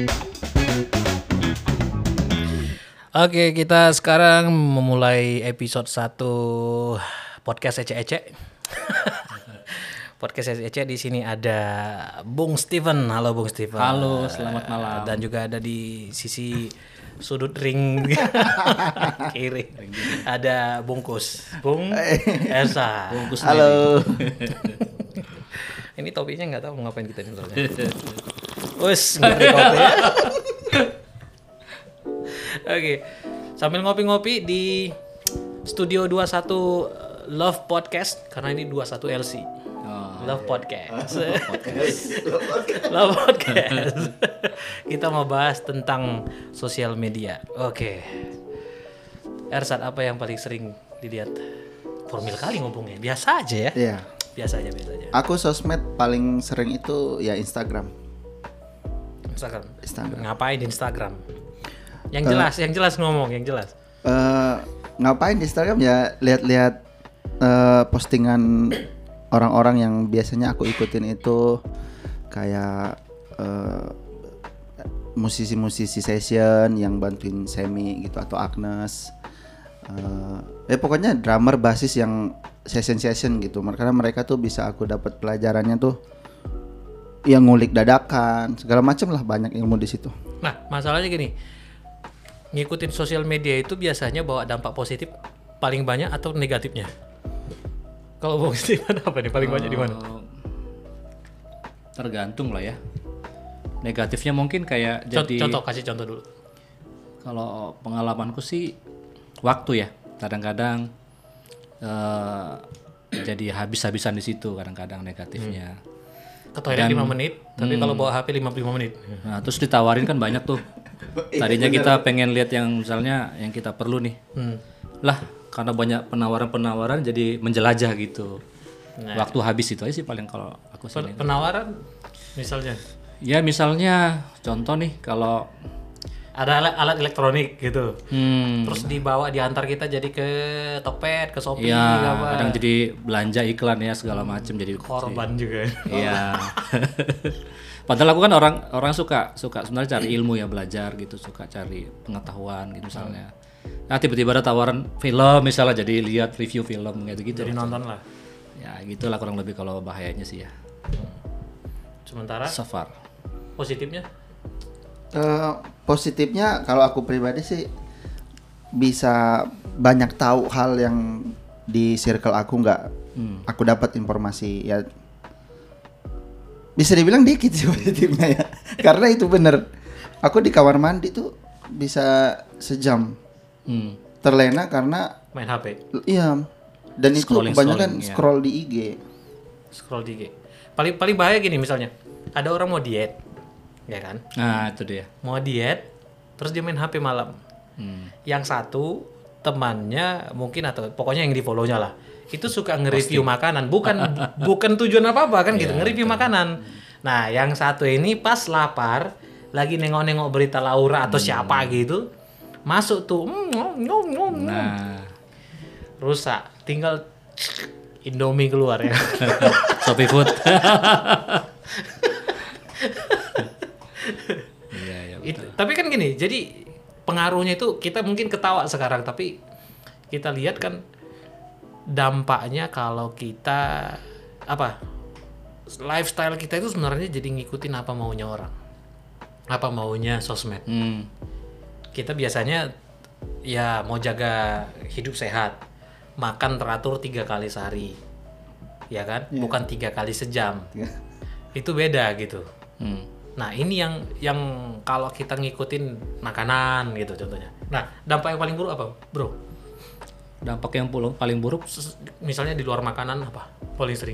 Oke, kita sekarang memulai episode 1 podcast Ece-Ece. Podcast Ece-Ece, di sini ada Bung Steven. Halo Bung Steven. Halo, selamat malam. Dan juga ada di sisi sudut ring kiri ada Bungkus. Bung Esa. Bungkus Halo. Ini topiknya nggak tahu mau ngapain kita nih soalnya. Wes, ngopi kopi. Oke, sambil ngopi-ngopi di Studio 21 Love Podcast, karena ini 21 LC. Love Podcast. Love Podcast. Kita mau bahas tentang sosial media. Oke. Ersat, apa yang paling sering dilihat? Formal kali ngomongnya. Biasa aja ya. Iya. Biasa aja. Aku sosmed paling sering itu ya Instagram. Instagram. Ngapain di Instagram? Yang jelas ngomong, yang jelas. Ngapain di Instagram ya, lihat-lihat postingan orang-orang yang biasanya aku ikutin itu, kayak musisi-musisi session yang bantuin Semi gitu, atau Agnes. Pokoknya drummer basis yang session gitu. Karena mereka tuh bisa aku dapat pelajarannya tuh yang ngulik dadakan, segala macam lah, banyak ilmu di situ. Nah, masalahnya gini. Ngikutin sosial media itu biasanya bawa dampak positif paling banyak atau negatifnya? Kalau Bung Steven apa nih paling banyak di mana? Tergantung lah ya. Negatifnya mungkin kayak Kasih contoh dulu. Kalau pengalamanku sih waktu ya. Kadang-kadang jadi habis-habisan di situ kadang-kadang negatifnya. Ke toilet 5 menit, tapi kalau bawa HP 55 menit. Nah, terus ditawarin kan banyak tuh. Tadinya kita pengen lihat yang misalnya yang kita perlu nih. Lah, karena banyak penawaran-penawaran jadi menjelajah gitu. Nah. Waktu habis itu aja sih paling kalau aku sih. Penawaran misalnya? Ya misalnya contoh nih kalau ada alat elektronik gitu. Terus diantar kita jadi ke Tokped, ke Shopee, ya, apa. kadang jadi belanja iklan ya segala macam jadi korban juga. Iya. Padahal aku kan orang suka sebenarnya cari ilmu ya, belajar gitu, suka cari pengetahuan gitu misalnya. Nah, tiba-tiba ada tawaran film misalnya, jadi lihat review film gitu. Jadi nonton lah. Ya, gitulah kurang lebih kalau bahayanya sih ya. Sementara So far. positifnya? Positifnya kalau aku pribadi sih bisa banyak tahu hal yang di circle aku nggak aku dapat informasi ya, bisa dibilang dikit sih positifnya ya. Karena itu bener, aku di kamar mandi tuh bisa sejam terlena karena Main HP. iya, dan itu kebanyakan ya. scroll di IG. Scroll di IG. Paling bahaya gini misalnya, ada orang mau diet, ya kan? Nah, itu dia. Mau diet, terus dia main HP malam. Yang satu temannya mungkin atau pokoknya yang di follow-nya lah, itu suka nge-review makanan, bukan tujuan apa-apa kan gitu, nge-review makanan. Nah, yang satu ini pas lapar, lagi nengok-nengok berita Laura atau siapa gitu, masuk tuh, Nah, rusak, tinggal Indomie keluar ya. Shopee Food. Iya, Tapi kan gini, jadi pengaruhnya itu kita mungkin ketawa sekarang, tapi kita lihat kan dampaknya kalau kita lifestyle kita itu sebenarnya jadi ngikutin apa maunya orang, apa maunya sosmed. Kita biasanya ya mau jaga hidup sehat, makan teratur 3 kali sehari, ya kan? Bukan 3 kali sejam. Itu beda gitu. Nah, ini yang kalau kita ngikutin makanan gitu contohnya. Nah, dampak yang paling buruk apa, bro? Dampak yang paling buruk Misalnya di luar makanan apa? Paling sering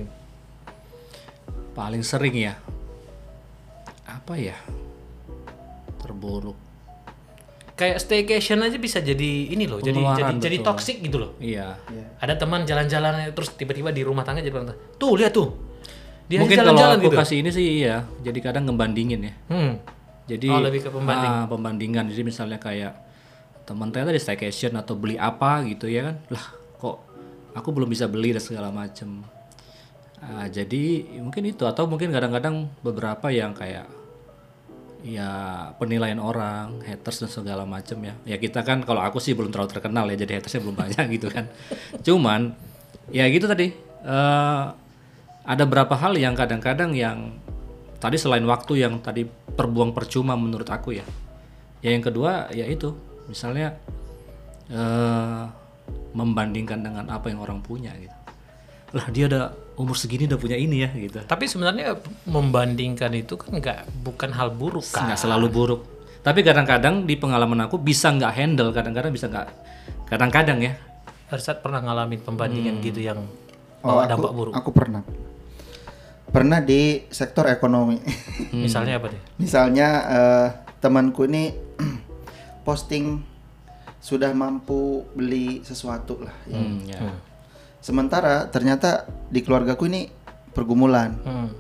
ya. Apa ya? Terburuk. Kayak staycation aja bisa jadi ini loh, jadi toksik gitu loh. Iya. Ada teman jalan-jalan terus tiba-tiba di rumah tangga jadi bilang, tuh lihat tuh. Dia Mungkin kalau jalan-jalan aku gitu. kasih ini sih ya, jadi kadang ngebandingin ya. Jadi lebih ke pembandingan. Jadi misalnya kayak teman ternyata di staycation atau beli apa gitu ya kan, lah kok aku belum bisa beli dan segala macem. Jadi mungkin itu, atau mungkin kadang-kadang beberapa yang kayak ya penilaian orang, haters dan segala macam ya. Ya kita kan kalau aku sih belum terlalu terkenal ya, jadi hatersnya belum banyak gitu kan. Cuman ya gitu tadi ada berapa hal yang kadang-kadang yang tadi selain waktu yang tadi perbuang percuma menurut aku ya. Ya yang kedua ya itu misalnya membandingkan dengan apa yang orang punya gitu. Lah dia udah umur segini udah punya ini ya gitu. Tapi sebenarnya membandingkan itu kan bukan hal buruk kan. Nggak selalu buruk. Tapi kadang-kadang di pengalaman aku bisa nggak handle, kadang-kadang bisa nggak. Kadang-kadang ya. Arsad pernah ngalamin pembandingan gitu yang bawa dampak buruk. Aku pernah. Pernah di sektor ekonomi. Misalnya apa deh? Misalnya temanku ini posting sudah mampu beli sesuatu lah. Ya. Sementara ternyata di keluargaku ini pergumulan.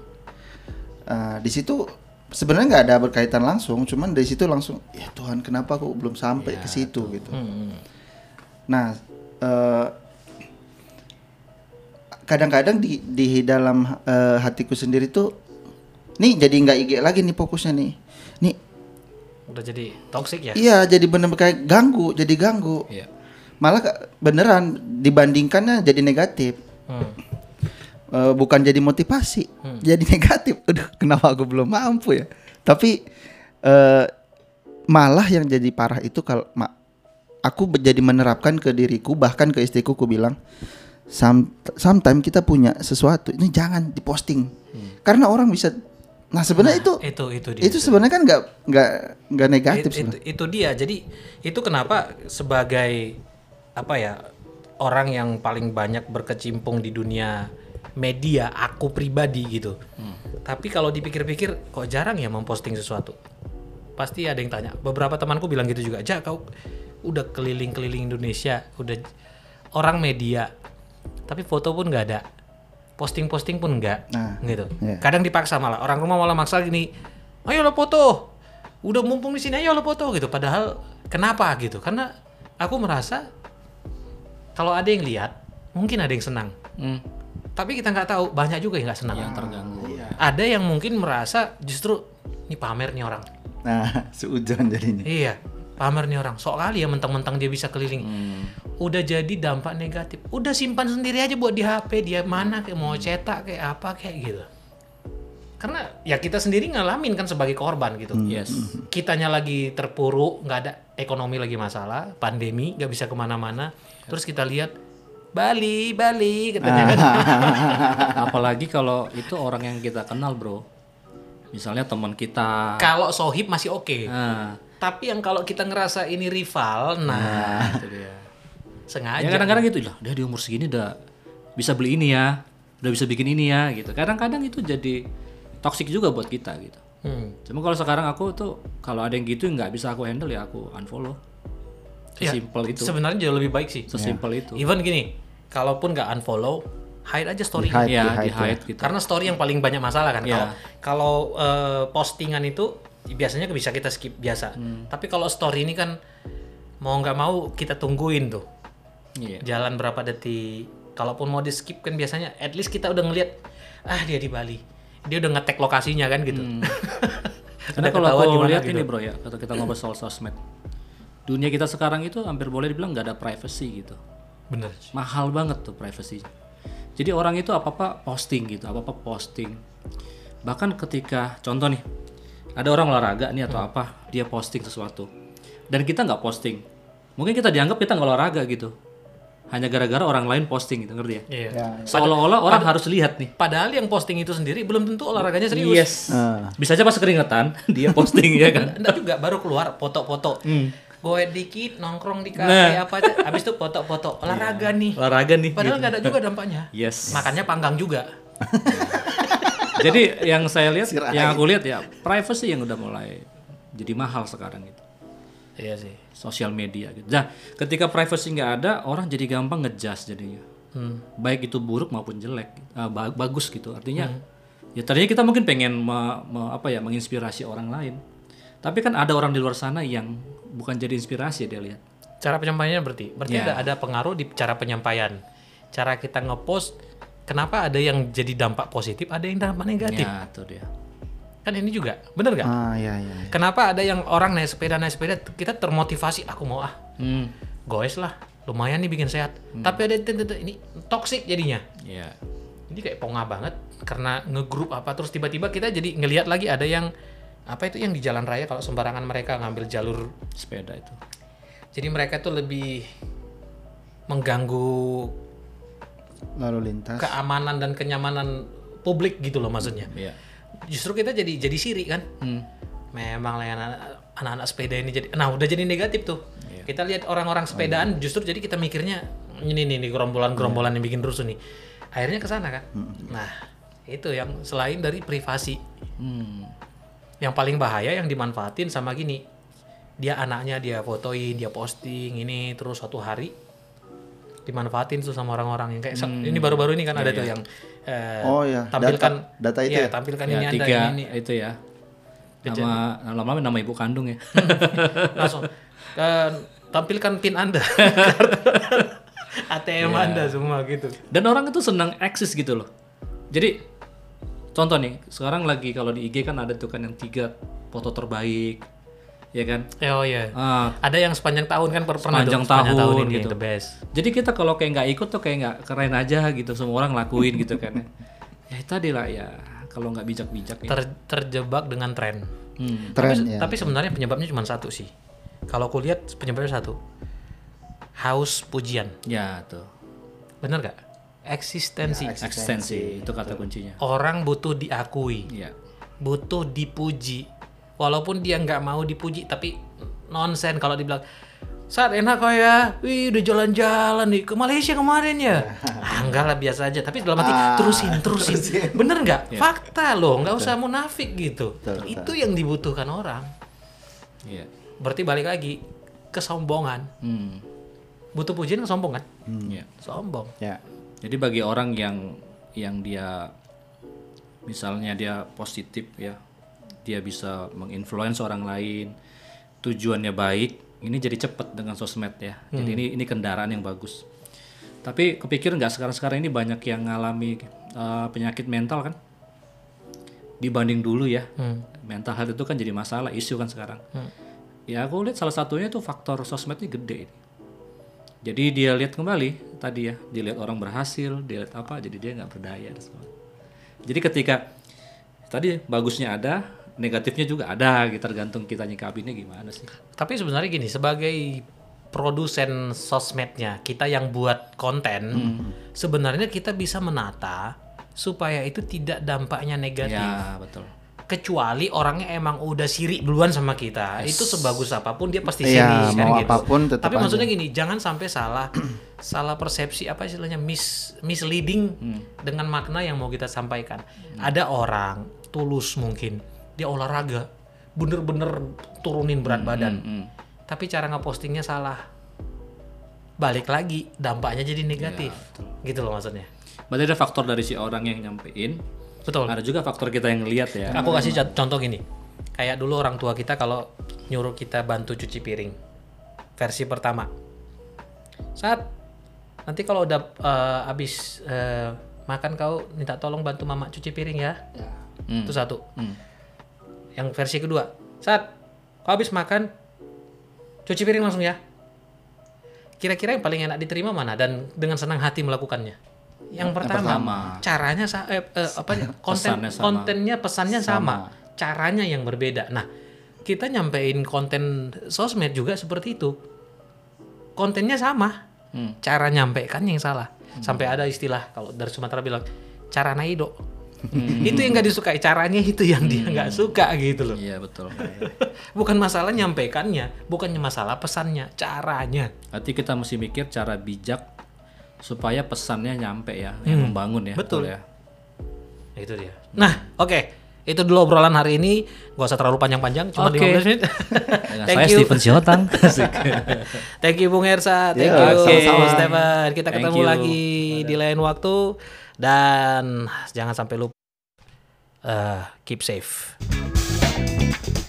Di situ sebenarnya nggak ada berkaitan langsung, cuman dari situ langsung ya Tuhan kenapa aku belum sampai ke situ gitu. Nah kadang-kadang di dalam hatiku sendiri tuh nih jadi nggak IG lagi nih fokusnya nih udah jadi toksik ya. Iya jadi bener-bener kayak ganggu. Iya. Malah beneran dibandingkannya jadi negatif. Bukan jadi motivasi, jadi negatif. Aduh, kenapa aku belum mampu ya? Tapi malah yang jadi parah itu kalau aku jadi menerapkan ke diriku, bahkan ke istriku, aku bilang, sometimes kita punya sesuatu ini jangan diposting, karena orang bisa. Nah sebenarnya itu sebenarnya kan nggak negatif. Itu dia. Jadi itu kenapa sebagai apa ya orang yang paling banyak berkecimpung di dunia media, aku pribadi gitu. Tapi kalau dipikir-pikir kok jarang ya memposting sesuatu. Pasti ada yang tanya. Beberapa temanku bilang gitu juga. Ja, kau udah keliling-keliling Indonesia, udah orang media, tapi foto pun nggak ada, posting-posting pun nggak, gitu. Yeah. Kadang dipaksa malah orang rumah malah maksa gini, ayo lo foto, udah mumpung di sini ayo lo foto gitu. Padahal kenapa gitu? Karena aku merasa kalau ada yang lihat, mungkin ada yang senang. Tapi kita nggak tahu, banyak juga yang nggak senang. Yang terganggu. Ada yang mungkin merasa justru ini pamer nih orang. Nah, seujon jadinya. Iya, pamer nih orang. Sok kali ya mentang-mentang dia bisa keliling. Udah jadi dampak negatif. Udah simpan sendiri aja buat di HP dia mana kayak mau cetak kayak apa kayak gitu. Karena ya kita sendiri ngalamin kan sebagai korban gitu. Yes. Kitanya lagi terpuruk, nggak ada ekonomi lagi masalah, pandemi, nggak bisa kemana-mana. Terus kita lihat Bali katanya kan. Apalagi kalau itu orang yang kita kenal bro. Misalnya teman kita. Kalau sohib masih oke. Tapi yang kalau kita ngerasa ini rival, itu dia. Sengaja. Ya kadang-kadang gitu lah. Dia di umur segini udah bisa beli ini ya, udah bisa bikin ini ya gitu. Kadang-kadang itu jadi toksik juga buat kita gitu. Cuma kalau sekarang aku tuh kalau ada yang gitu nggak bisa aku handle ya aku unfollow. Sesimpel itu. Sebenarnya jauh lebih baik sih. Sesimpel itu. Even gini, kalaupun nggak unfollow, hide aja story. Di hide gitu. Karena story yang paling banyak masalah kan. Kalau postingan itu biasanya bisa kita skip biasa. Tapi kalau story ini kan mau nggak mau kita tungguin tuh. Jalan berapa detik. Kalaupun mau di skip kan biasanya at least kita udah ngeliat dia di Bali. Dia udah nge-tag lokasinya kan gitu. Karena kalau aku lihat gitu. Ini bro ya, kalau kita ngobrol soal sosmed, dunia kita sekarang itu hampir boleh dibilang nggak ada privacy gitu. Bener. Mahal banget tuh privacy. Jadi orang itu apa-apa posting gitu, apa-apa posting. Bahkan ketika contoh nih, ada orang olahraga nih atau apa, dia posting sesuatu. Dan kita nggak posting. Mungkin kita dianggap kita nggak olahraga gitu. Hanya gara-gara orang lain posting gitu, ngerti ya? Iya. Seolah-olah orang harus lihat nih. Padahal yang posting itu sendiri belum tentu olahraganya serius. Yes. Bisa aja pas keringetan dia posting ya kan. Enggak juga baru keluar foto-foto. Goet dikit nongkrong di kafe apa aja. Habis itu foto-foto olahraga nih. Olahraga nih. Padahal nggak ada juga dampaknya. Yes. Makannya panggang juga. Jadi yang saya lihat, yang aku lihat ya privacy yang udah mulai jadi mahal sekarang gitu. Iya sih. Sosial media gitu. Nah, ketika privacy nggak ada, orang jadi gampang ngejudge jadinya. Baik itu buruk maupun jelek, bagus gitu. Artinya, ya tadinya kita mungkin pengen menginspirasi orang lain. Tapi kan ada orang di luar sana yang bukan jadi inspirasi dia lihat. Cara penyampaiannya berarti ada pengaruh di cara penyampaian. Cara kita ngepost, kenapa ada yang jadi dampak positif, ada yang dampak negatif. Ya, itu dia. Kan ini juga, bener nggak? Iya. Kenapa ada yang orang naik sepeda, kita termotivasi, aku mau goes lah, lumayan nih bikin sehat. Tapi ada ini toksik jadinya. Iya. Jadi kayak pongah banget karena ngegrup terus tiba-tiba kita jadi ngelihat lagi ada yang yang di jalan raya kalau sembarangan mereka ngambil jalur Sepeda itu. Jadi mereka tuh lebih mengganggu Lalu lintas. keamanan dan kenyamanan publik gitu loh maksudnya. Iya. Justru kita jadi sirik kan. Memang lah anak-anak sepeda ini udah jadi negatif tuh. Iya. Kita lihat orang-orang sepedaan justru jadi kita mikirnya ini gerombolan yang bikin rusuh nih. Akhirnya ke sana kan. Nah, itu yang selain dari privasi. Yang paling bahaya yang dimanfaatin sama gini. Dia anaknya dia fotoin, dia posting ini terus suatu hari dimanfaatin tuh sama orang-orang yang kayak ini baru-baru ini kan ada tuh yang tampilkan data itu ya? tampilkan Ya, ini Anda 3 ini itu ya. Sama lama-lama nama ibu kandung ya. langsung tampilkan PIN Anda. ATM Anda semua gitu. Dan orang itu senang eksis gitu loh. Jadi contoh nih, sekarang lagi kalau di IG kan ada tuh kan yang 3 foto terbaik, ya kan? Oh iya. Ada yang sepanjang tahun kan pernah Sepanjang sepanjang tahun tahun ini gitu. the best. Jadi kita kalau kayak nggak ikut tuh kayak nggak keren aja gitu, semua orang lakuin gitu kan. Ya tadi lah ya, kalau nggak bijak-bijak ya. Terjebak dengan tren. Tren ya. Tapi sebenarnya penyebabnya cuma satu sih. Kalau aku lihat penyebabnya satu. Haus pujian. Ya tuh. Bener gak? Eksistensi. Eksistensi itu kata kuncinya. Orang butuh diakui. Iya. Butuh dipuji. Walaupun dia nggak mau dipuji, tapi nonsen kalau dibilang, "Saat enak kok ya, wih udah jalan-jalan nih ke Malaysia kemarin ya." Enggak lah biasa aja. Tapi dalam hati terusin. Bener nggak? Fakta loh, nggak usah munafik gitu. Itu yang dibutuhkan orang. Iya. Berarti balik lagi kesombongan. Butuh pujian kesombongan. Iya. Sombong. Ya. Jadi bagi orang yang dia misalnya dia positif ya, dia bisa menginfluence orang lain, tujuannya baik, ini jadi cepat dengan sosmed ya. Jadi ini kendaraan yang bagus. Tapi kepikir nggak sekarang ini banyak yang ngalami penyakit mental kan? Dibanding dulu ya, mental health itu kan jadi masalah, isu kan sekarang. Ya aku lihat salah satunya tuh faktor sosmednya gede ini. Jadi dia lihat kembali tadi ya, dia lihat orang berhasil, dia lihat apa, jadi dia nggak berdaya. Jadi ketika tadi bagusnya ada, negatifnya juga ada, gitu, tergantung kita nyikapinnya gimana sih. Tapi sebenarnya gini, sebagai produsen sosmednya, kita yang buat konten, sebenarnya kita bisa menata supaya itu tidak dampaknya negatif. Ya betul. Kecuali orangnya emang udah sirik duluan sama kita, itu sebagus apapun dia pasti Iya, sirik kan mau gitu. apapun tetap Tapi maksudnya aja. gini, jangan sampai salah persepsi apa istilahnya misleading dengan makna yang mau kita sampaikan. Ada orang tulus mungkin dia olahraga, bener-bener turunin berat badan, tapi cara ngepostingnya salah. Balik lagi dampaknya jadi negatif, gitu loh maksudnya. Berarti ada faktor dari si orang yang nyampein. Betul. Ada juga faktor kita yang lihat ya. Aku kasih contoh gini. Kayak dulu orang tua kita kalau nyuruh kita bantu cuci piring. Versi pertama. Saat nanti kalau udah habis makan kau minta tolong bantu mama cuci piring ya. Itu satu. Yang versi kedua. Saat kau habis makan cuci piring langsung ya. Kira-kira yang paling enak diterima mana dan dengan senang hati melakukannya? Yang pertama, caranya kontennya pesannya sama, caranya yang berbeda. Nah, kita nyampein konten sosmed juga seperti itu. Kontennya sama, cara nyampaikannya yang salah. Sampai ada istilah kalau dari Sumatera bilang cara naido. Itu yang nggak disukai, caranya itu yang dia nggak suka gitu loh. Iya betul. Bukan masalah nyampaikannya, bukannya masalah pesannya, caranya. Berarti kita mesti mikir cara bijak supaya pesannya nyampe ya, yang membangun ya. Betul ya. Itu dia. Nah, oke. Itu dulu obrolan hari ini. Gak usah terlalu panjang-panjang, cuma 15 menit. Saya Steven Siotang. Thank you Bung Ersa, thank Yeah, you sama-sama. Stefan. Kita Thank ketemu you. lagi di lain waktu dan jangan sampai lupa keep safe.